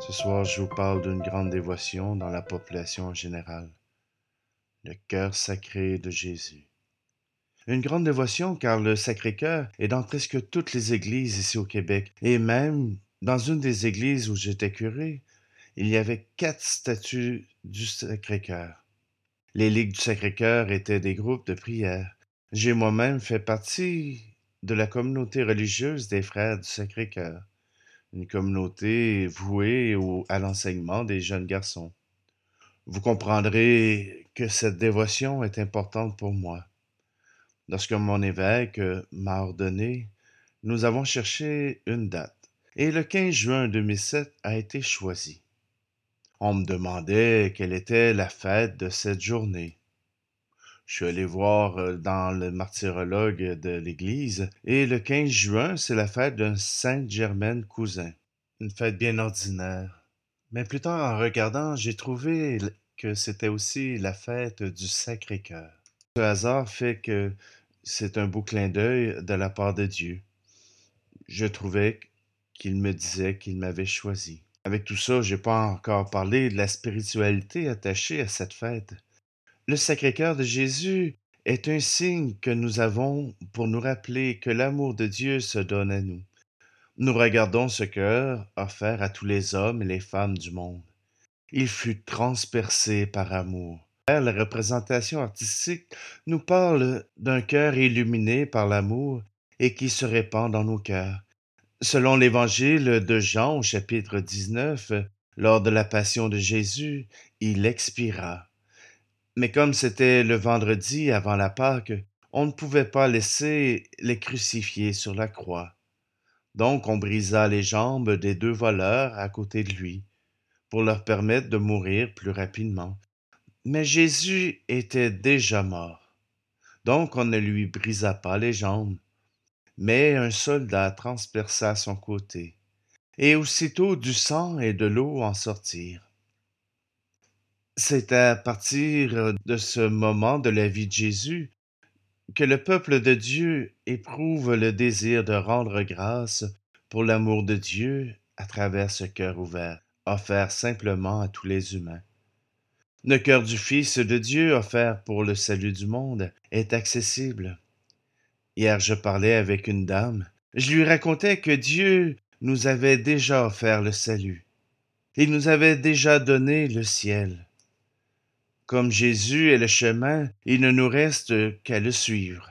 Ce soir, je vous parle d'une grande dévotion dans la population en général, le cœur sacré de Jésus. Une grande dévotion car le Sacré-Cœur est dans presque toutes les églises ici au Québec et même dans une des églises où j'étais curé, il y avait 4 statues du Sacré-Cœur. Les ligues du Sacré-Cœur étaient des groupes de prière. J'ai moi-même fait partie de la communauté religieuse des Frères du Sacré-Cœur, une communauté vouée à l'enseignement des jeunes garçons. Vous comprendrez que cette dévotion est importante pour moi. Lorsque mon évêque m'a ordonné, nous avons cherché une date et le 15 juin 2007 a été choisi. On me demandait quelle était la fête de cette journée. Je suis allé voir dans le martyrologue de l'Église et le 15 juin, c'est la fête d'un Sainte-Germaine cousin. Une fête bien ordinaire. Mais plus tard, en regardant, j'ai trouvé que c'était aussi la fête du Sacré-Cœur. Ce hasard fait que c'est un beau clin d'œil de la part de Dieu. Je trouvais qu'il me disait qu'il m'avait choisi. Avec tout ça, j'ai pas encore parlé de la spiritualité attachée à cette fête. Le Sacré-Cœur de Jésus est un signe que nous avons pour nous rappeler que l'amour de Dieu se donne à nous. Nous regardons ce cœur offert à tous les hommes et les femmes du monde. Il fut transpercé par amour. La représentation artistique nous parle d'un cœur illuminé par l'amour et qui se répand dans nos cœurs. Selon l'évangile de Jean au chapitre 19, lors de la passion de Jésus, il expira. Mais comme c'était le vendredi avant la Pâque, on ne pouvait pas laisser les crucifier sur la croix. Donc on brisa les jambes des 2 voleurs à côté de lui, pour leur permettre de mourir plus rapidement. Mais Jésus était déjà mort. Donc on ne lui brisa pas les jambes, mais un soldat transperça son côté, et aussitôt du sang et de l'eau en sortirent. C'est à partir de ce moment de la vie de Jésus que le peuple de Dieu éprouve le désir de rendre grâce pour l'amour de Dieu à travers ce cœur ouvert, offert simplement à tous les humains. Le cœur du Fils de Dieu offert pour le salut du monde est accessible. Hier, je parlais avec une dame. Je lui racontais que Dieu nous avait déjà offert le salut. Il nous avait déjà donné le ciel. Comme Jésus est le chemin, il ne nous reste qu'à le suivre.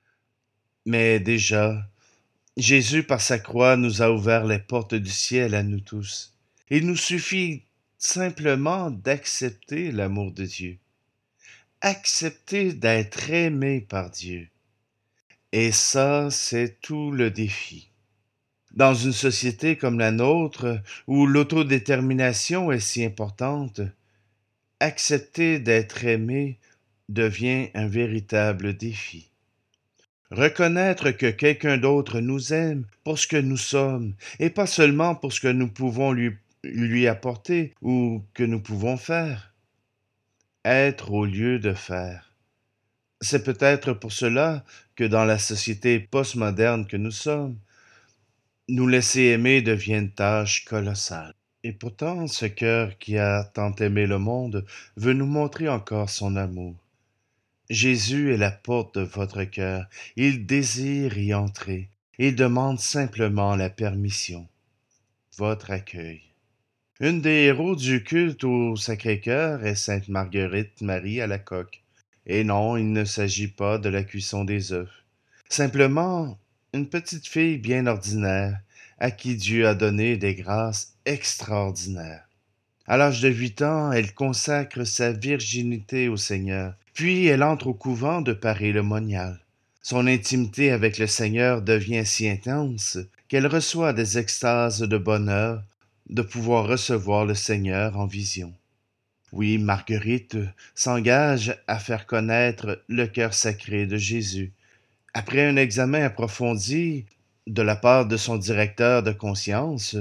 Mais déjà, Jésus par sa croix nous a ouvert les portes du ciel à nous tous. Il nous suffit simplement d'accepter l'amour de Dieu. Accepter d'être aimé par Dieu. Et ça, c'est tout le défi. Dans une société comme la nôtre, où l'autodétermination est si importante, accepter d'être aimé devient un véritable défi. Reconnaître que quelqu'un d'autre nous aime pour ce que nous sommes, et pas seulement pour ce que nous pouvons lui apporter ou que nous pouvons faire. Être au lieu de faire. C'est peut-être pour cela que dans la société postmoderne que nous sommes, nous laisser aimer devient une tâche colossale. Et pourtant, ce cœur qui a tant aimé le monde veut nous montrer encore son amour. Jésus est la porte de votre cœur. Il désire y entrer. Il demande simplement la permission, votre accueil. Une des héros du culte au Sacré-Cœur est Sainte Marguerite Marie à la coque. Et non, il ne s'agit pas de la cuisson des œufs. Simplement, une petite fille bien ordinaire, à qui Dieu a donné des grâces extraordinaires. À l'âge de 8 ans, elle consacre sa virginité au Seigneur, puis elle entre au couvent de Paris-le-Monial. Son intimité avec le Seigneur devient si intense qu'elle reçoit des extases de bonheur de pouvoir recevoir le Seigneur en vision. Oui, Marguerite s'engage à faire connaître le cœur sacré de Jésus. Après un examen approfondi de la part de son directeur de conscience,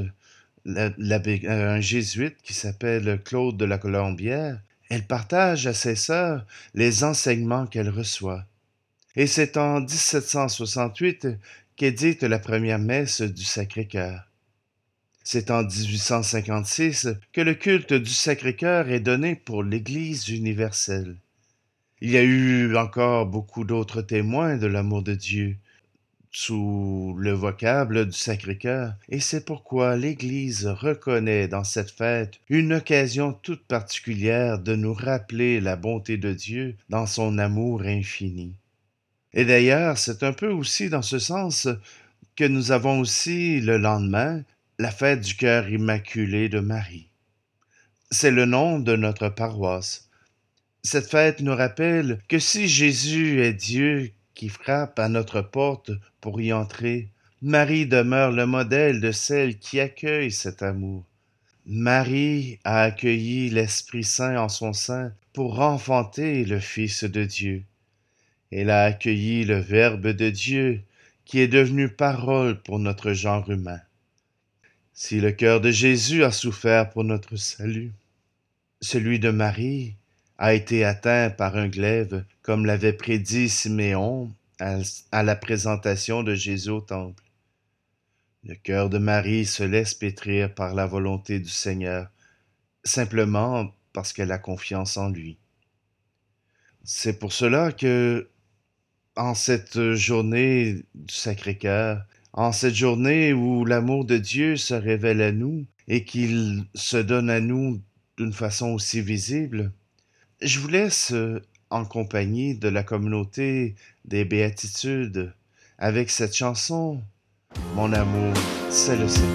un jésuite qui s'appelle Claude de la Colombière, elle partage à ses sœurs les enseignements qu'elle reçoit. Et c'est en 1768 qu'édite la première messe du Sacré-Cœur. C'est en 1856 que le culte du Sacré-Cœur est donné pour l'Église universelle. Il y a eu encore beaucoup d'autres témoins de l'amour de Dieu sous le vocable du Sacré-Cœur, et c'est pourquoi l'Église reconnaît dans cette fête une occasion toute particulière de nous rappeler la bonté de Dieu dans son amour infini. Et d'ailleurs, c'est un peu aussi dans ce sens que nous avons aussi le lendemain la fête du cœur immaculé de Marie. C'est le nom de notre paroisse. Cette fête nous rappelle que si Jésus est Dieu qui frappe à notre porte pour y entrer, Marie demeure le modèle de celle qui accueille cet amour. Marie a accueilli l'Esprit Saint en son sein pour enfanter le Fils de Dieu. Elle a accueilli le Verbe de Dieu qui est devenu parole pour notre genre humain. Si le cœur de Jésus a souffert pour notre salut, celui de Marie a été atteint par un glaive, comme l'avait prédit Siméon à la présentation de Jésus au temple. Le cœur de Marie se laisse pétrir par la volonté du Seigneur, simplement parce qu'elle a confiance en lui. C'est pour cela que, en cette journée du Sacré-Cœur, en cette journée où l'amour de Dieu se révèle à nous et qu'il se donne à nous d'une façon aussi visible, je vous laisse en compagnie de la communauté des Béatitudes avec cette chanson « Mon amour, c'est le Seigneur ».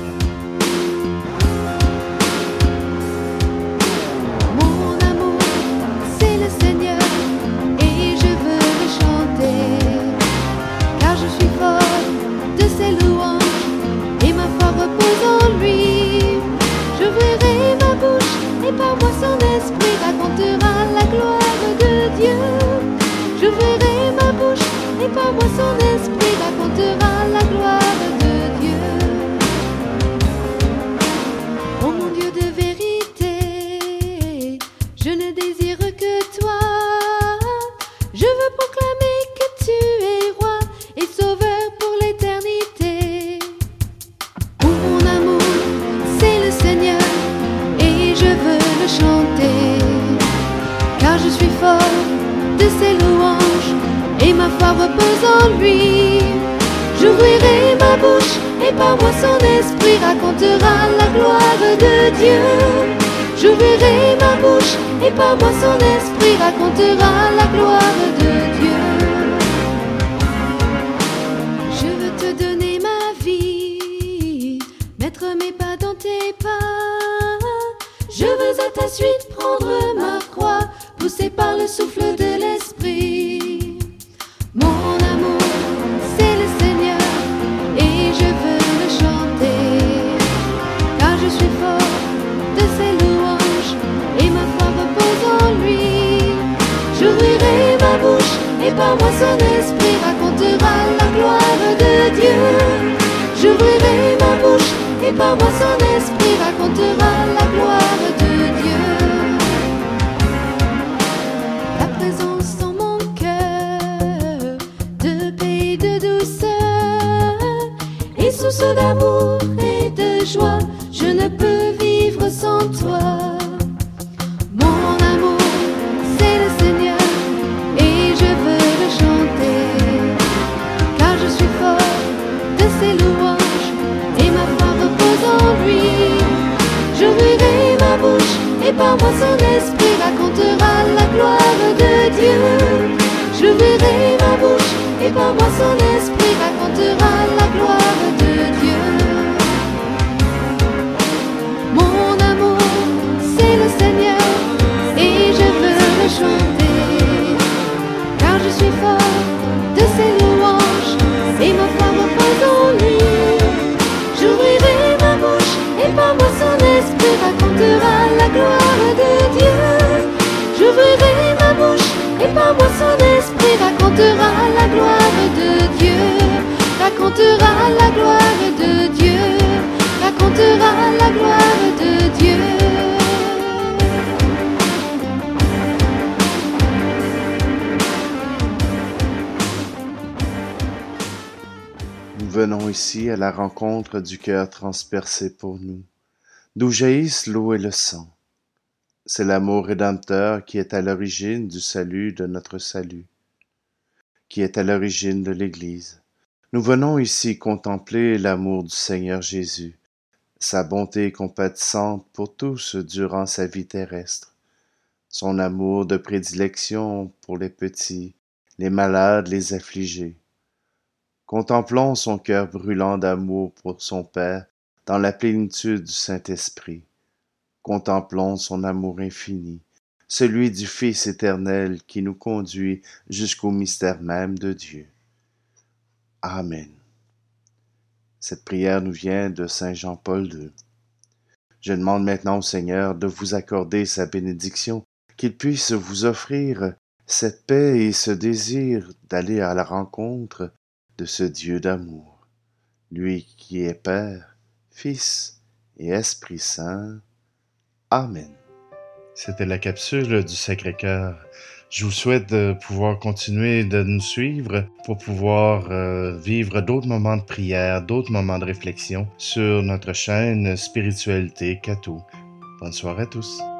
Mon amour, c'est le Seigneur, et je veux le chanter, car je suis folle de ses louanges, et ma foi repose en lui. J'ouvrirai ma bouche, et par moi son esprit racontera la gloire de Dieu. J'ouvrirai ma bouche, et par moi son esprit racontera la gloire de Dieu. Oh mon Dieu de vérité, je ne désire que toi. Je veux proclamer que tu es roi et sauveur pour l'éternité. Oh mon amour, c'est le Seigneur, et je veux le chanter, car je suis folle de ses louanges, et ma foi repose en lui. J'ouvrirai ma bouche, et par moi son esprit racontera la gloire de Dieu. J'ouvrirai ma bouche, et par moi son esprit racontera la gloire de Dieu. Je veux te donner ma vie, mettre mes pas dans tes pas. Je veux à ta suite prendre ma croix, poussé par le souffle de l'esprit. Mon amour, c'est le Seigneur, et je veux le chanter, car je suis fort de ses louanges, et ma foi repose en lui. J'ouvrirai ma bouche, et par moi son esprit racontera la gloire de Dieu. J'ouvrirai ma bouche, et par moi son esprit racontera la gloire de Dieu. Ta présence dans mon cœur, de paix et de douceur, et source d'amour et de joie, je ne peux vivre sans toi. Mon amour, c'est le Seigneur, et je veux le chanter, car je suis fort de ses louanges, et ma foi repose en lui. J'ouvrirai ma bouche, et par moi son esprit racontera la gloire de Dieu. J'ouvrirai ma bouche, et par moi son esprit racontera la gloire de Dieu. Mon amour, c'est le Seigneur, et je veux le chanter, car je suis fort de ses louanges, et ma foi repose en lui. J'ouvrirai ma bouche, et par moi son esprit racontera la gloire de Dieu. J'ouvrirai ma bouche, et par moi son esprit racontera la gloire de Dieu. Racontera la gloire de Dieu. Racontera la gloire de Dieu. Nous venons ici à la rencontre du cœur transpercé pour nous, d'où jaillissent l'eau et le sang. C'est l'amour rédempteur qui est à l'origine du salut de notre salut, qui est à l'origine de l'Église. Nous venons ici contempler l'amour du Seigneur Jésus, sa bonté compatissante pour tous durant sa vie terrestre, son amour de prédilection pour les petits, les malades, les affligés. Contemplons son cœur brûlant d'amour pour son Père dans la plénitude du Saint-Esprit. Contemplons son amour infini, celui du Fils éternel qui nous conduit jusqu'au mystère même de Dieu. Amen. Cette prière nous vient de Saint Jean-Paul II. Je demande maintenant au Seigneur de vous accorder sa bénédiction, qu'il puisse vous offrir cette paix et ce désir d'aller à la rencontre de ce Dieu d'amour, lui qui est Père, Fils et Esprit Saint. Amen. C'était la capsule du Sacré-Cœur. Je vous souhaite de pouvoir continuer de nous suivre pour pouvoir vivre d'autres moments de prière, d'autres moments de réflexion sur notre chaîne Spiritualité Catho. Bonne soirée à tous.